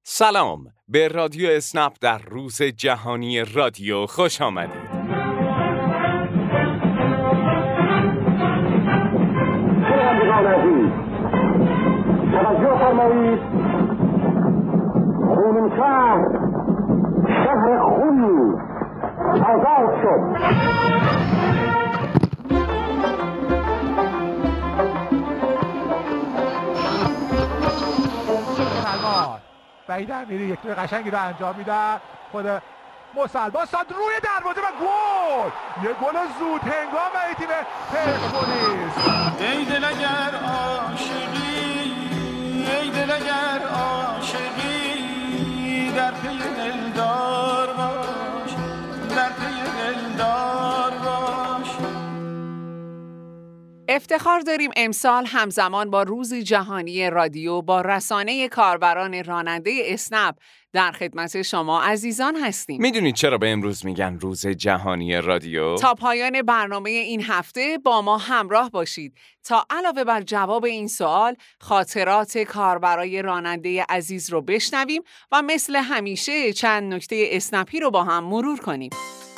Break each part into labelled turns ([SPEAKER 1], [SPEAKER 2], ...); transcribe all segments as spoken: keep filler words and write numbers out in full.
[SPEAKER 1] سلام، به رادیو اسنپ در روز جهانی رادیو خوش آمدید.
[SPEAKER 2] توجه فرمایید، خونین شهر، شهر خونی آزاد شد.
[SPEAKER 3] بعیدن میری یک توی قشنگی رو انجام میدن. خود مسلمان ساد روی دروازه و گل، یه گل زود هنگام برای تیم پرسپولیس.
[SPEAKER 4] ای دل اگر عاشقی، ای دل اگر عاشقی، در پی دلدار باش، در پی دلدار باش.
[SPEAKER 5] افتخار داریم امسال همزمان با روز جهانی رادیو با رسانه کاربران راننده اسنپ در خدمت شما عزیزان هستیم.
[SPEAKER 1] میدونید چرا به امروز میگن روز جهانی رادیو؟
[SPEAKER 5] تا پایان برنامه این هفته با ما همراه باشید تا علاوه بر جواب این سوال خاطرات کاربرای راننده عزیز رو بشنویم و مثل همیشه چند نکته اسنپی رو با هم مرور کنیم.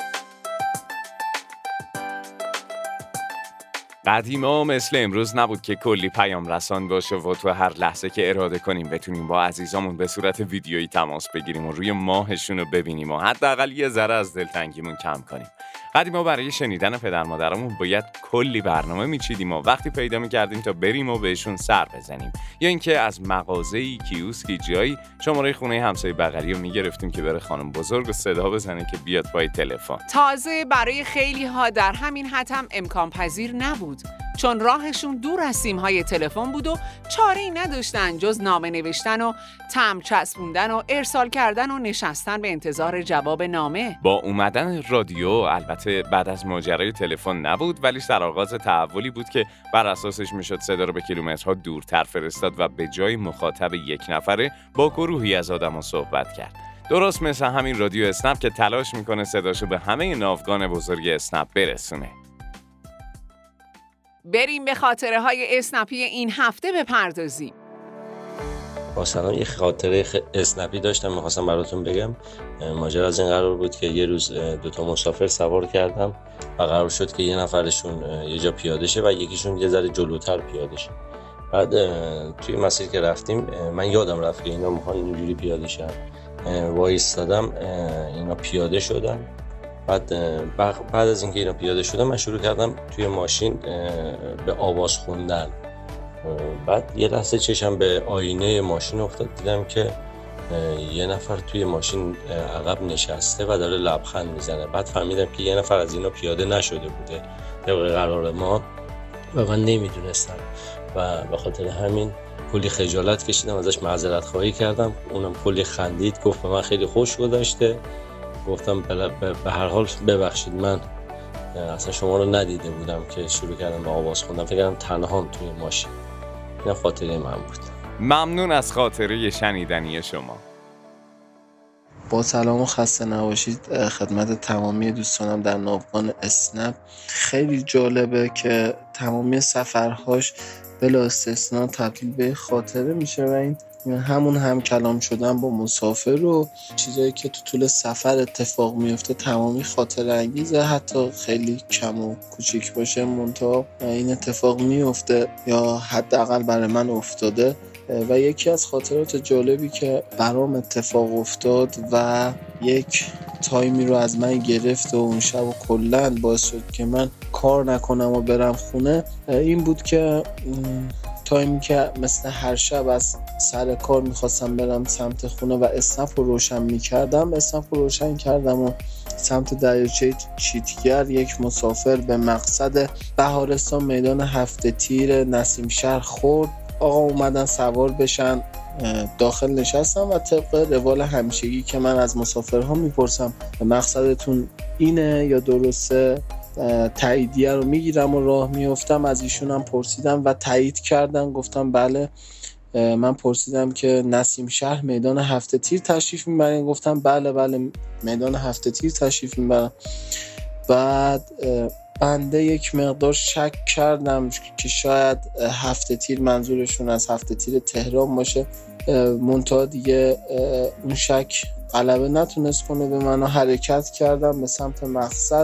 [SPEAKER 1] قدیما مثل امروز نبود که کلی پیام رسان باشه و تو هر لحظه که اراده کنیم بتونیم با عزیزامون به صورت ویدیویی تماس بگیریم و روی ماهشون رو ببینیم و حداقل یه ذره از دلتنگیمون کم کنیم. قدیما برای شنیدن پدر مادرامون باید کلی برنامه میچیدیم و وقتی پیدا میکردیم تا بریم و بهشون سر بزنیم، یا اینکه از مغازه‌ای، کیوسکی، جایی شماره خونه همسایه بغلی رو میگرفتیم که بره خانم بزرگ و صدا بزنه که بیاد پای تلفن.
[SPEAKER 5] تازه برای خیلی ها در همین حد هم امکان پذیر نبود، چون راهشون دور از سیم‌های تلفن بود و چاره‌ای نداشتن جز نامه نوشتن و تمبر چسبوندن و ارسال کردن و نشستن به انتظار جواب نامه.
[SPEAKER 1] با اومدن رادیو البته بعد از ماجرای تلفن نبود، ولی سرآغاز تحولی بود که بر اساسش میشد صدا رو به کیلومترها دورتر فرستاد و به جای مخاطب یک نفره با گروهی از آدم‌ها صحبت کرد. درست مثل همین رادیو اسنپ که تلاش میکنه صداشو به همه ناوگان بزرگ اسنپ برسونه.
[SPEAKER 5] بریم به خاطره های اسنپی این هفته بپردازیم.
[SPEAKER 6] با سلام، یه خاطره اسنپی داشتم میخواستم براتون بگم. ماجرا از این قرار بود که یه روز دوتا مسافر سوار کردم و قرار شد که یه نفرشون یه جا پیاده شه و یکیشون یه ذره جلوتر پیاده شه. بعد توی مسیر که رفتیم من یادم رفت که اینا میخوان اینجوری پیاده شن. وایستادم، اینا پیاده شدن. بعد بعد از اینکه اینا پیاده شدن من شروع کردم توی ماشین به آواز خوندن. بعد یه لحظه چشم به آینه ماشین افتاد، دیدم که یه نفر توی ماشین عقب نشسته و داره لبخند میزنه. بعد فهمیدم که یه نفر از اینا پیاده نشده بوده طبق قرار ما و من نمیدونستم و به خاطر همین کلی خجالت کشیدم، ازش معذرت خواهی کردم. اونم کلی خندید، گفت به من خیلی خوش گذشته. گفتم به هر حال ببخشید، من اصلا شما رو ندیده بودم که شروع کردم به آواز خوندم، فکر کردم تنهام توی ماشین. این خاطره من بود.
[SPEAKER 1] ممنون از خاطره شنیدنی شما.
[SPEAKER 7] با سلام و خسته نباشید خدمت تمامی دوستانم در ناوگان اسنپ. خیلی جالبه که تمامی سفرهاش بلا استثنا تبدیل به خاطره میشه و این همون هم کلام شدن با مسافر و چیزایی که تو طول سفر اتفاق میفته تمامی خاطره انگیزه، حتی خیلی کم و کوچیک باشه منتها این اتفاق میفته یا حداقل برای من افتاده. و یکی از خاطرات جالبی که برام اتفاق افتاد و یک تایمی رو از من گرفت و اون شب و کلاً باعث شد که من کار نکنم و برم خونه این بود که تایمی که مثل هر شب از سر کار میخواستم برم سمت خونه و اسنپ رو روشن میکردم اسنپ رو روشن کردم و سمت دریاچه چیتگر یک مسافر به مقصد بهارستان میدان هفته تیر نسیم شهر خورد. آقا اومدن سوار بشن، داخل نشستم و طبق روال همیشگی که من از مسافرها میپرسم مقصدتون اینه یا درسته، تاییدیه رو میگیرم و راه میافتم. از ایشونم پرسیدم و تایید کردن، گفتم بله. من پرسیدم که نسیم شهر میدان هفته تیر تشریف میبرین؟ گفتم بله بله میدان هفته تیر تشریف میبرم. بعد بنده یک مقدار شک کردم که شاید هفته تیر منظورشون از هفته تیر تهران باشه منتها دیگه اون شک غلبه نتونست کنه به من و حرکت کردم به سمت مقصد.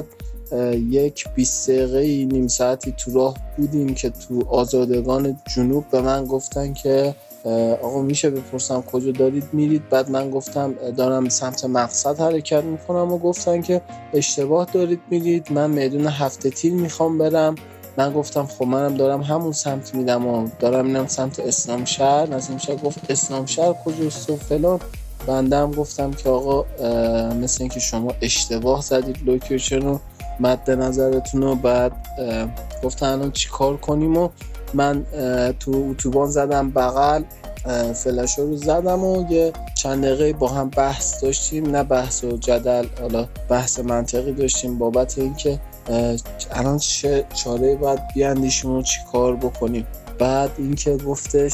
[SPEAKER 7] یک بیست دقیقه نیم ساعتی تو راه بودیم که تو آزادگان جنوب به من گفتن که آقا میشه بپرسم کجا دارید میرید؟ بعد من گفتم دارم به سمت مقصد حرکت میکنم و گفتن که اشتباه دارید میرید، من میدون هفته تیر میخوام برم. من گفتم خب منم دارم همون سمت میدم و دارم میرم سمت اسلام شهر. نسیم شهر گفت اسلام شهر کجاست و فلان. بنده هم گفتم که آقا مثل این که شما اشتباه زدید لوکیشن رو مد نظرتون رو. بعد گفتن الان چی کار کنیم و من تو اتوبان زدم بغل، فلش رو زدم و یه چند دقیقه با هم بحث داشتیم، نه بحث و جدل، حالا بحث منطقی داشتیم بابت اینکه الان چه چاره باید بیاندیشیم و چی کار بکنیم. بعد اینکه گفتش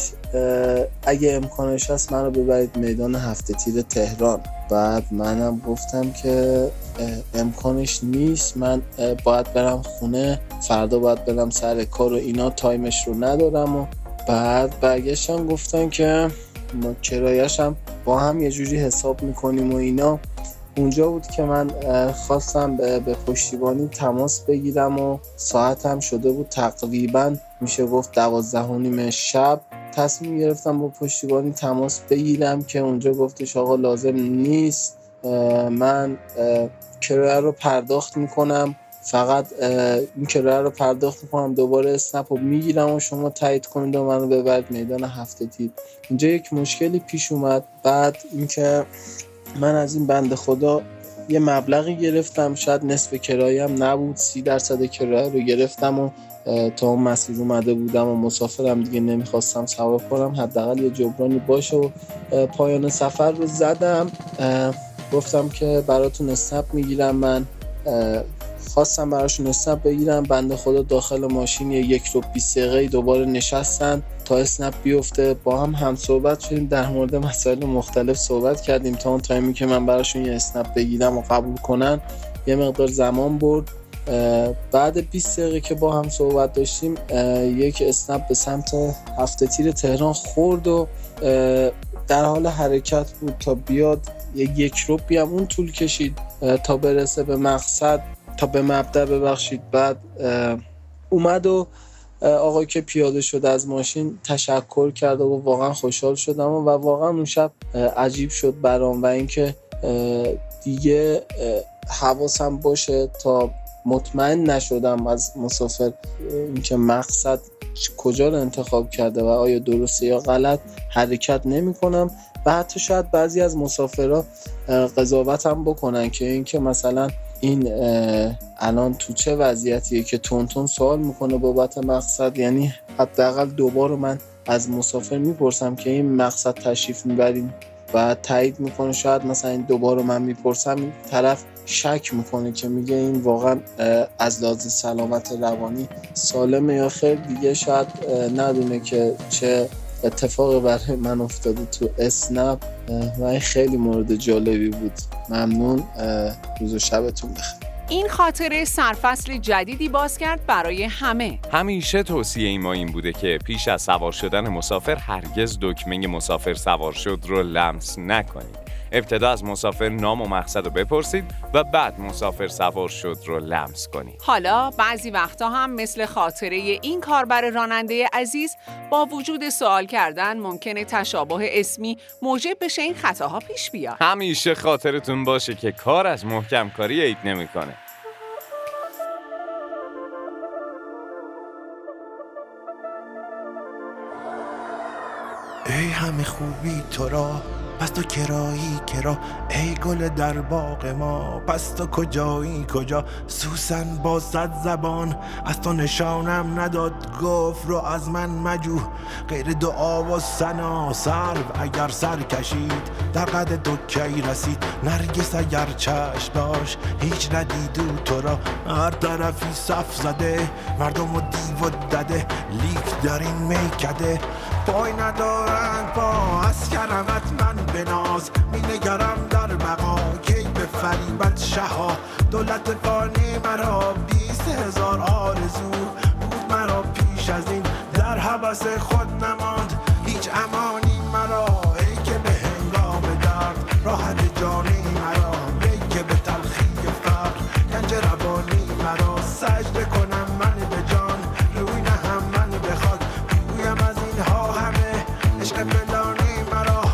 [SPEAKER 7] اگه امکانش هست منو ببرید میدان هفته تیر تهران. بعد منم گفتم که امکانش نیست، من باید برم خونه، فردا باید برم سر کار و اینا، تایمش رو ندارم. و بعد برگشتم گفتن که ما کرایش هم با هم یه جوری حساب میکنیم و اینا. اونجا بود که من خواستم به پشتیبانی تماس بگیرم و ساعت هم شده بود تقریبا میشه گفت دوازده و نیم شب. تصمیم گرفتم با پشتیبانی تماس بگیرم که اونجا گفتش آقا لازم نیست، من کرایه رو پرداخت میکنم، فقط این کرایه رو پرداخت میکنم دوباره اسنپ رو میگیرم و شما تایید کنید و منو ببرید میدان هفته تیر. اینجا یک مشکلی پیش اومد. بعد اینکه من از این بنده خدا یه مبلغی گرفتم، شاید نصف کرایه‌ام نبود، سی درصد کرایه رو گرفتم و تا اون مسیر اومده بودم و مسافرم دیگه نمیخواستم سوار کنم، حداقل یه جبرانی باشه و پایان سفر رو زدم. گفتم که براتون اسنپ میگیرم. من خواستم براشون اسنپ بگیرم، بنده خدا داخل ماشین یک رو بیست دقیقه دوباره نشستن تا اسنپ بیفته. با هم هم صحبت شدیم، در مورد مسائل مختلف صحبت کردیم تا اون تایمی که من براشون یه اسنپ بگیرم و قبول کنن یه مقدار زمان برد. بعد بیست دقیقه که با هم صحبت داشتیم یک اسنپ به سمت هفته تیر تهران خورد و در حال حرکت بود تا بیاد. یک روبی هم اون طول کشید تا برسه به مقصد، تا به مبدأ ببخشید. بعد اومد و آقای که پیاده شد از ماشین تشکر کرد و واقعا خوشحال شدم و واقعا اون شب عجیب شد برام و اینکه دیگه حواسم باشه تا مطمئن نشدم از مسافر اینکه مقصد کجا رو انتخاب کرده و آیا درسته یا غلط حرکت نمی کنم. و حتی شاید بعضی از مسافرها قضاوت هم بکنن که اینکه مثلا این الان تو چه وضعیتیه که تون تون سوال میکنه بابت مقصد. یعنی حداقل دوبار من از مسافر میپرسم که این مقصد تشریف میبریم و تایید میکنه. شاید مثلا این دوبار من میپرسم این طرف شک میکنه که میگه این واقعا از لحاظ سلامت روانی سالمه یا خیر، دیگه شاید ندونه که چه اتفاقی برای من افتاده تو اسنپ و این خیلی مورد جالبی بود. ممنون، روز و شبتون بخیر.
[SPEAKER 5] این خاطره سرفصل جدیدی باز کرد برای همه.
[SPEAKER 1] همیشه توصیه ما این بوده که پیش از سوار شدن مسافر هرگز دکمه مسافر سوار شد رو لمس نکنید. ابتدا از مسافر نام و مقصد رو بپرسید و بعد مسافر سوار شد رو لمس کنید.
[SPEAKER 5] حالا بعضی وقتا هم مثل خاطره این کاربر راننده عزیز با وجود سوال کردن ممکنه تشابه اسمی موجب بشه این خطاها پیش بیاد.
[SPEAKER 1] همیشه خاطرتون باشه که کار از محکم کاری عیب نمیکنه.
[SPEAKER 8] ای همه خوبی تو را، پس تو کرایی کرا، ای گل در باغ ما، پس تو کجایی کجا؟ سوسن با صد زبان از تو نشانم نداد، گفت رو از من مجو غیر دعا و ثنا. سرو اگر سر کشید در قد تو کی رسید، نرگس اگر چشم داشت هیچ ندیدو تو را. هر طرفی صف زده مردم و دیو و دده، لیک در این میکده پای ندارند پا. از کرمت من بناز می نگرم در بقا، کی به فریبت شها دولت فانی مرا. بیست هزار آرزو بود مرا پیش از این، در حبس خود نماند هیچ امانی مرا. جانی مرا، ای که به تلخی فقر گنج روانی مرا. سجده کنم من به جان، روی نهم من به خاک، بگویم از اینها همه عشق فلانی مرا.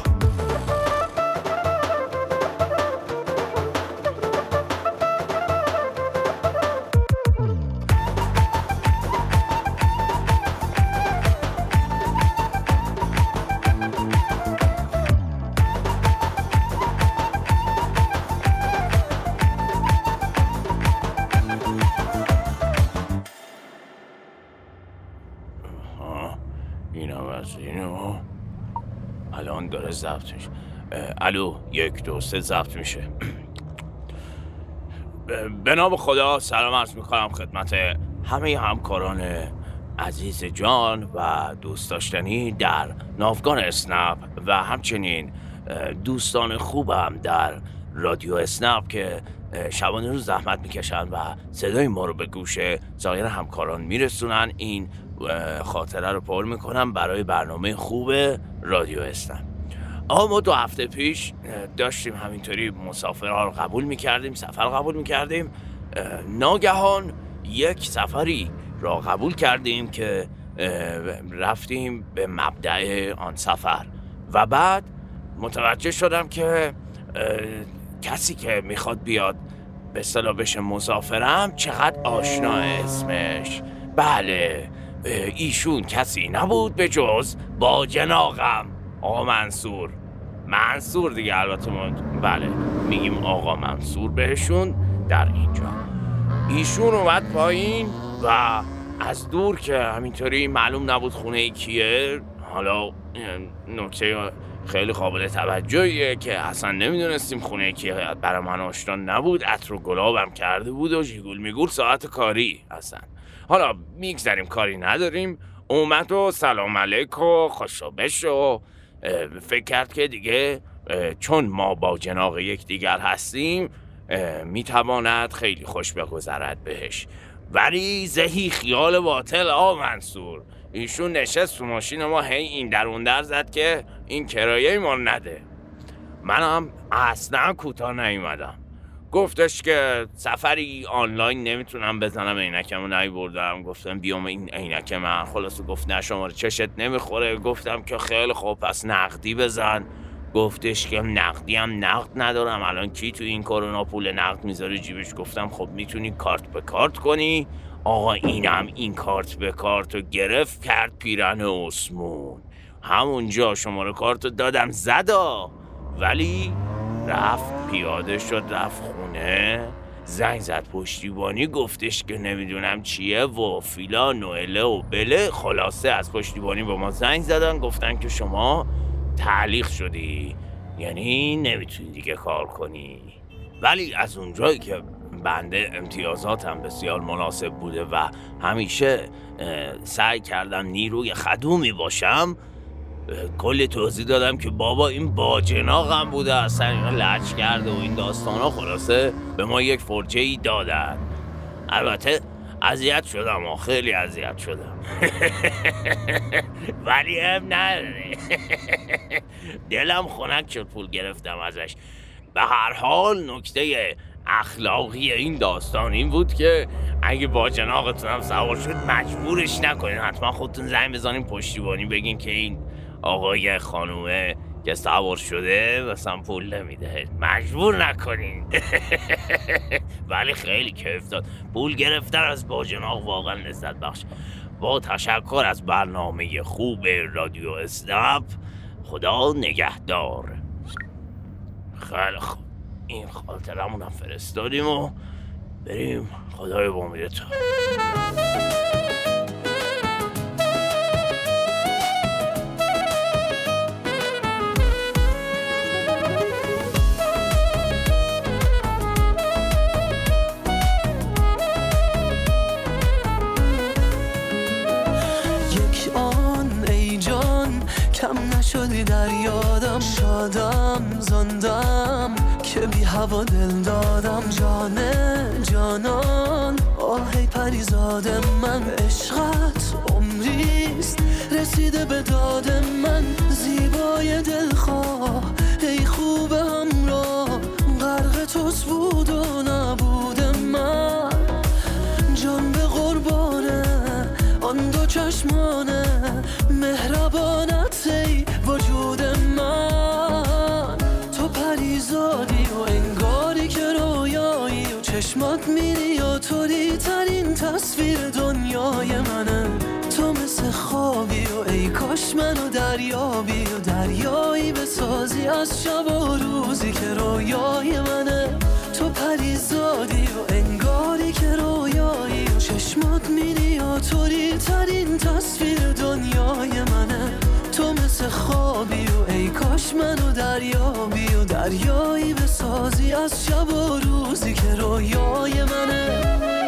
[SPEAKER 1] اینم از اینو الان داره ضبط میشه. الو یک دو سه ضبط میشه. به نام خدا سلام عرض میکنم خدمت همه همکاران عزیز جان و دوست داشتنی در ناوگان اسنپ و همچنین دوستان خوبم در رادیو اسنپ که شبانه روز زحمت میکشن و صدای ما رو به گوش سایر همکاران میرسونن. این خاطره رو پر میکنم برای برنامه خوب رادیو اسنپ. آقا ما دو هفته پیش داشتیم همینطوری مسافرها رو قبول میکردیم، سفر قبول میکردیم. ناگهان یک سفری را قبول کردیم که رفتیم به مبدأ آن سفر و بعد متوجه شدم که کسی که میخواد بیاد به اصطلاح بشه مسافرم چقدر آشنا اسمش. بله، ایشون کسی نبود به جز با جناقم آقا منصور. منصور دیگه البته ما بله میگیم آقا منصور بهشون در اینجا. ایشون اومد پایین و از دور که همینطوری معلوم نبود خونه کیه. حالا نکته خیلی قابل توجهیه که اصلا نمیدونستیم خونه کیه، برای من آشنا نبود. عطر و گلابم کرده بود و جیگول میگول ساعت کاری اصلا. حالا میگذاریم کاری نداریم. اومد و سلام علیک و خوشو بشو. فکر کرد که دیگه چون ما با جناق یک دیگر هستیم میتواند خیلی خوش بگذرد بهش. ولی زهی خیال باطل آقا منصور. ایشون نشست تو ماشین ما هی این در اون در زد که این کرایه ما نده. منم اصلا کوتاه نیومدم. گفتش که سفری آنلاین نمیتونم بزنم، عینکمو نیاوردم. گفتم بیام این عینک من. خلاص گفت نه شماره چشت نمیخوره. گفتم که خیلی خوب پس نقدی بزن. گفتش که نقدی هم نقد ندارم. الان کی تو این کرونا پول نقد میذاره جیبش؟ گفتم خب میتونی کارت به کارت کنی. آقا اینم این کارت به کارتو گرفت کرد پیرن اسمون. همونجا شماره کارتو دادم زدا. ولی رفت پیاده شد رفت خونه، زنگ زد پشتیبانی، گفتش که نمیدونم چیه و فیلان و اله و بله. خلاصه از پشتیبانی با ما زنگ زدن گفتن که شما تعلیق شدی، یعنی نمیتونی دیگه کار کنی. ولی از اونجایی که بنده امتیازاتم بسیار مناسب بوده و همیشه سعی کردم نیروی خدومی باشم، کلی توضیح دادم که بابا این با جناقم بوده، اصلا اینا لج کرده و این داستانا. خلاصه به ما یک فرجه ای دادن. البته اذیت شدم و خیلی اذیت شدم ولی هم نداره دلم خنک شد پول گرفتم ازش. به هر حال نکته اخلاقی این داستان این بود که اگه با جناقتون هم سوار شد مجبورش نکنین، حتما خودتون زنگ بزنین پشتیبانی بگین که این آقای خانومه که سوار شده مثلا پول نمیده، مجبور نکنین ولی خیلی کیف داد. پول گرفتن از با جناق واقعا لذت بخش. با تشکر از برنامه خوب رادیو اسنپ. خدا نگهدار. خیلی خوب، این خاطرمون هم فرستادیم و بریم. خدای با امیدتون.
[SPEAKER 9] یک آن ای جان کم نشدی در یادم، شادم زندم که بی هوا دل دادم. جانه جانان آهی پریزاد من، عشقت عمریست رسیده به داد من. زیبای دلخواه ای خوب همراه مهربانت ای وجود من، تو پریزادی و انگاری که رویایی و چشمات میری و طوری ترین تصویر دنیای منه. تو مثل خوابی و ای کاش منو دریابی و دریایی بسازی از شب و روزی که رویای منه. تو پریزادی و انگاری که رویایی و چشمات میری و طوری ترین تصویر دنیای منه. تو مثل خوابی و ای کاش منو دریابی و دریایی بسازی از شب و روزی که رویای منه.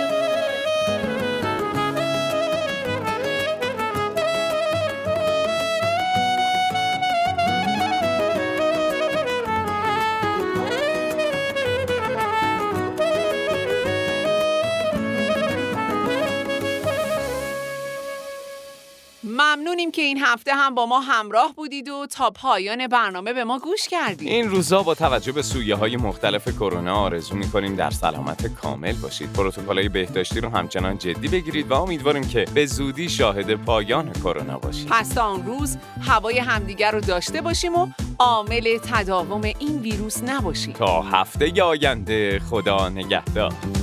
[SPEAKER 5] ممنونیم که این هفته هم با ما همراه بودید و تا پایان برنامه به ما گوش کردید.
[SPEAKER 1] این روزا با توجه به سویه‌های مختلف کرونا آرزو می‌کنیم در سلامت کامل باشید. پروتکل‌های بهداشتی رو همچنان جدی بگیرید و امیدواریم که به زودی شاهد پایان کرونا باشید.
[SPEAKER 5] پس تا اون روز هوای همدیگر رو داشته باشیم و عامل تداوم این ویروس نباشیم.
[SPEAKER 1] تا هفته آینده، خدا نگهدار.